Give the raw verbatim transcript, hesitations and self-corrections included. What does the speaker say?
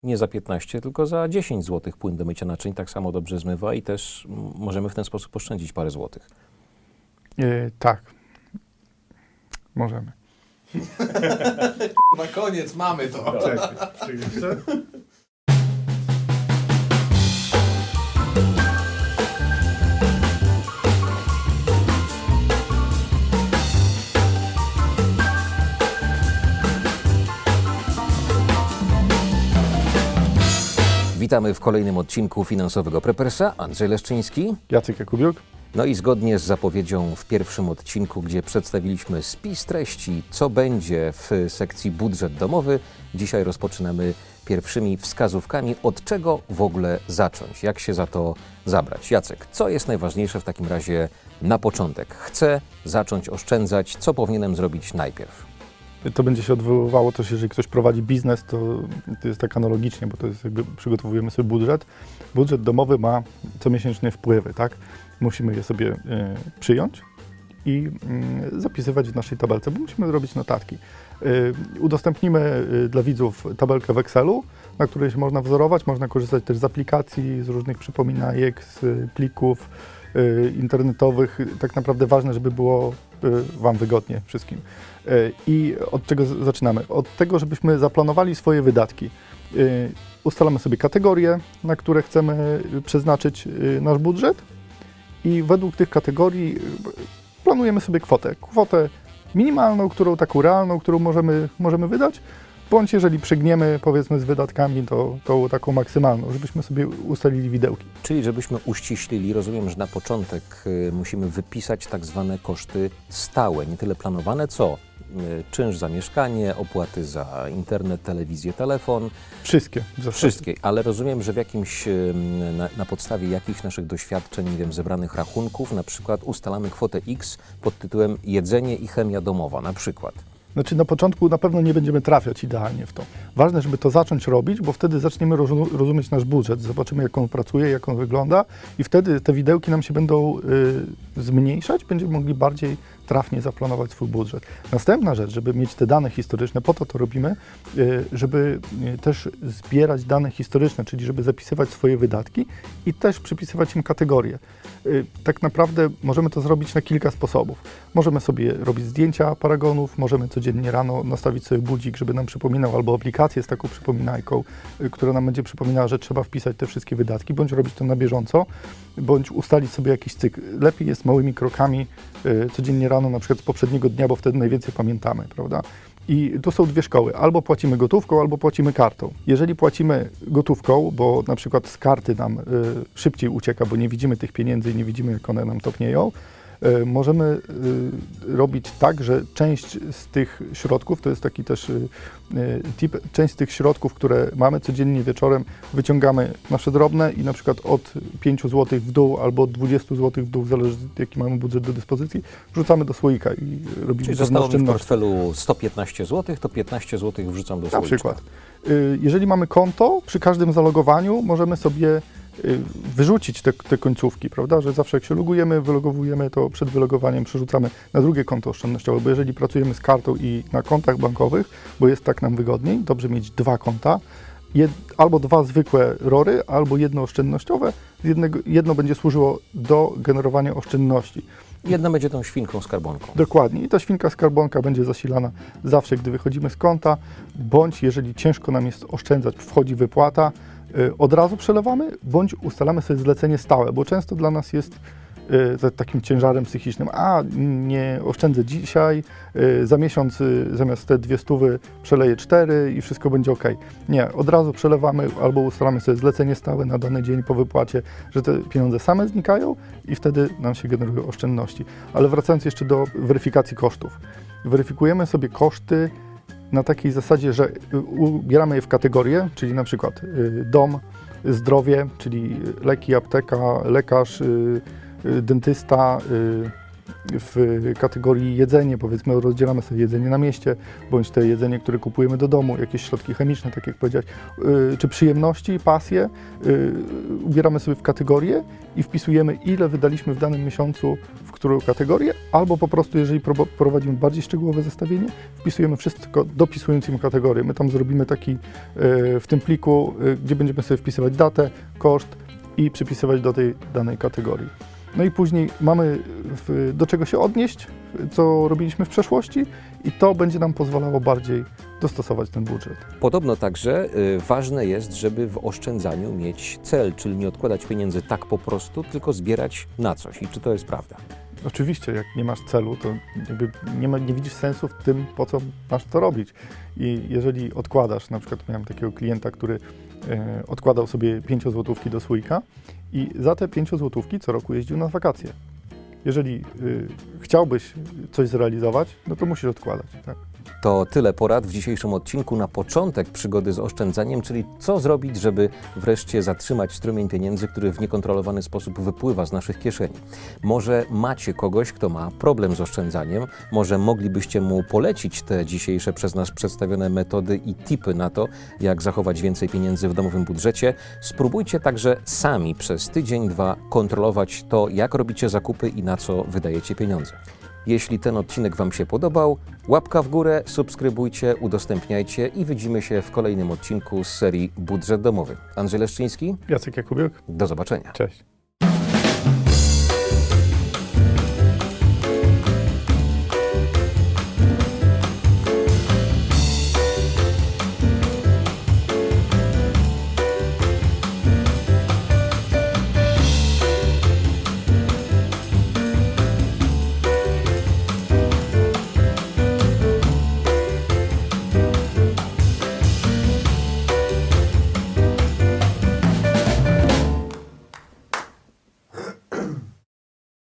nie za piętnaście, tylko za dziesięć złotych płyn do mycia naczyń tak samo dobrze zmywa i też możemy w ten sposób oszczędzić parę złotych. Yy, tak, możemy. Na koniec mamy to. Czekaj, czekaj jeszcze. Witamy w kolejnym odcinku Finansowego Prepersa. Andrzej Leszczyński. Jacek Jakubiuk. No i zgodnie z zapowiedzią w pierwszym odcinku, gdzie przedstawiliśmy spis treści, co będzie w sekcji budżet domowy, dzisiaj rozpoczynamy pierwszymi wskazówkami, od czego w ogóle zacząć, jak się za to zabrać. Jacek, co jest najważniejsze w takim razie na początek? Chcę zacząć oszczędzać, co powinienem zrobić najpierw? To będzie się odwoływało też, jeżeli ktoś prowadzi biznes, to, to jest tak analogicznie, bo to jest jakby przygotowujemy sobie budżet. Budżet domowy ma comiesięczne wpływy, tak? Musimy je sobie y, przyjąć i y, zapisywać w naszej tabelce, bo musimy robić notatki. Y, udostępnimy y, dla widzów tabelkę w Excelu, na której się można wzorować. Można korzystać też z aplikacji, z różnych przypominajek, z y, plików y, internetowych. Tak naprawdę ważne, żeby było y, Wam wygodnie wszystkim. Y, I od czego z- zaczynamy? Od tego, żebyśmy zaplanowali swoje wydatki. Y, ustalamy sobie kategorie, na które chcemy przeznaczyć y, nasz budżet. I według tych kategorii planujemy sobie kwotę. Kwotę minimalną, którą taką realną, którą możemy, możemy wydać, bądź jeżeli przegniemy, powiedzmy, z wydatkami, to, to taką maksymalną, żebyśmy sobie ustalili widełki. Czyli żebyśmy uściślili, rozumiem, że na początek y, musimy wypisać tak zwane koszty stałe, nie tyle planowane, co y, czynsz za mieszkanie, opłaty za internet, telewizję, telefon. Wszystkie. w zasadzie. Wszystkie, ale rozumiem, że w jakimś, y, na, na podstawie jakichś naszych doświadczeń, nie wiem, zebranych rachunków, na przykład ustalamy kwotę X pod tytułem jedzenie i chemia domowa, na przykład. Znaczy na początku na pewno nie będziemy trafiać idealnie w to. Ważne, żeby to zacząć robić, bo wtedy zaczniemy rozu- rozumieć nasz budżet, zobaczymy, jak on pracuje, jak on wygląda i wtedy te widełki nam się będą y, zmniejszać, będziemy mogli bardziej trafnie zaplanować swój budżet. Następna rzecz, żeby mieć te dane historyczne, po to to robimy, y, żeby y, też zbierać dane historyczne, czyli żeby zapisywać swoje wydatki i też przypisywać im kategorie. Y, tak naprawdę możemy to zrobić na kilka sposobów. Możemy sobie robić zdjęcia paragonów, możemy codziennie rano nastawić sobie budzik, żeby nam przypominał, albo aplikację z taką przypominajką, y, która nam będzie przypominała, że trzeba wpisać te wszystkie wydatki, bądź robić to na bieżąco, bądź ustalić sobie jakiś cykl. Lepiej jest małymi krokami y, codziennie rano, na przykład z poprzedniego dnia, bo wtedy najwięcej pamiętamy, prawda? I tu są dwie szkoły. Albo płacimy gotówką, albo płacimy kartą. Jeżeli płacimy gotówką, bo na przykład z karty nam y, szybciej ucieka, bo nie widzimy tych pieniędzy i nie widzimy, jak one nam topnieją, y, możemy y, robić tak, że część z tych środków, to jest taki też y, y, tip, część z tych środków, które mamy codziennie wieczorem, wyciągamy nasze drobne i na przykład od pięciu złotych w dół albo od dwudziestu złotych w dół, zależy jaki mamy budżet do dyspozycji, wrzucamy do słoika i robimy Czyli to zostało mi w oszczędności. portfelu sto piętnaście złotych, to piętnaście złotych wrzucam do Na słoiczka. przykład. Y, Jeżeli mamy konto, przy każdym zalogowaniu możemy sobie y, wyrzucić te, te końcówki, prawda? Że zawsze jak się logujemy, wylogowujemy, to przed wylogowaniem przerzucamy na drugie konto oszczędnościowe, bo jeżeli pracujemy z kartą i na kontach bankowych, bo jest tak nam wygodniej, dobrze mieć dwa konta, jed, albo dwa zwykłe rory, albo jedno oszczędnościowe, z jednego, jedno będzie służyło do generowania oszczędności. Jedna będzie tą świnką skarbonką. Dokładnie. I ta świnka skarbonka będzie zasilana zawsze, gdy wychodzimy z konta, bądź jeżeli ciężko nam jest oszczędzać, wchodzi wypłata, y, od razu przelewamy, bądź ustalamy sobie zlecenie stałe, bo często dla nas jest y, za takim ciężarem psychicznym, a nie oszczędzę dzisiaj, y, za miesiąc y, zamiast te dwie stówy przeleję cztery i wszystko będzie ok. Nie, od razu przelewamy albo ustalamy sobie zlecenie stałe na dany dzień po wypłacie, że te pieniądze same znikają i wtedy nam się generują oszczędności. Ale wracając jeszcze do weryfikacji kosztów. Weryfikujemy sobie koszty na takiej zasadzie, że ubieramy je w kategorie, czyli na przykład y, dom, zdrowie, czyli leki, apteka, lekarz, y, y, dentysta, y, w kategorii jedzenie, powiedzmy rozdzielamy sobie jedzenie na mieście, bądź te jedzenie, które kupujemy do domu, jakieś środki chemiczne, tak jak powiedziałeś, yy, czy przyjemności, pasje, yy, ubieramy sobie w kategorie i wpisujemy, ile wydaliśmy w danym miesiącu w którą kategorię, albo po prostu, jeżeli pro, prowadzimy bardziej szczegółowe zestawienie, wpisujemy wszystko, dopisując im kategorię. My tam zrobimy taki yy, w tym pliku, yy, gdzie będziemy sobie wpisywać datę, koszt i przypisywać do tej danej kategorii. No i później mamy w, do czego się odnieść, co robiliśmy w przeszłości i to będzie nam pozwalało bardziej dostosować ten budżet. Podobno także y, ważne jest, żeby w oszczędzaniu mieć cel, czyli nie odkładać pieniędzy tak po prostu, tylko zbierać na coś. I czy to jest prawda? Oczywiście, jak nie masz celu, to jakby nie, ma, nie widzisz sensu w tym, po co masz to robić. I jeżeli odkładasz, na przykład miałem takiego klienta, który e, odkładał sobie pięciozłotówki do słoika i za te pięciozłotówki co roku jeździł na wakacje. Jeżeli y, chciałbyś coś zrealizować, no to musisz odkładać. Tak? To tyle porad w dzisiejszym odcinku na początek przygody z oszczędzaniem, czyli co zrobić, żeby wreszcie zatrzymać strumień pieniędzy, który w niekontrolowany sposób wypływa z naszych kieszeni. Może macie kogoś, kto ma problem z oszczędzaniem, może moglibyście mu polecić te dzisiejsze przez nas przedstawione metody i tipy na to, jak zachować więcej pieniędzy w domowym budżecie. Spróbujcie także sami przez tydzień, dwa kontrolować to, jak robicie zakupy i na co wydajecie pieniądze. Jeśli ten odcinek Wam się podobał, łapka w górę, subskrybujcie, udostępniajcie i widzimy się w kolejnym odcinku z serii Budżet Domowy. Andrzej Leszczyński, Jacek Jakubiuk, do zobaczenia. cześć.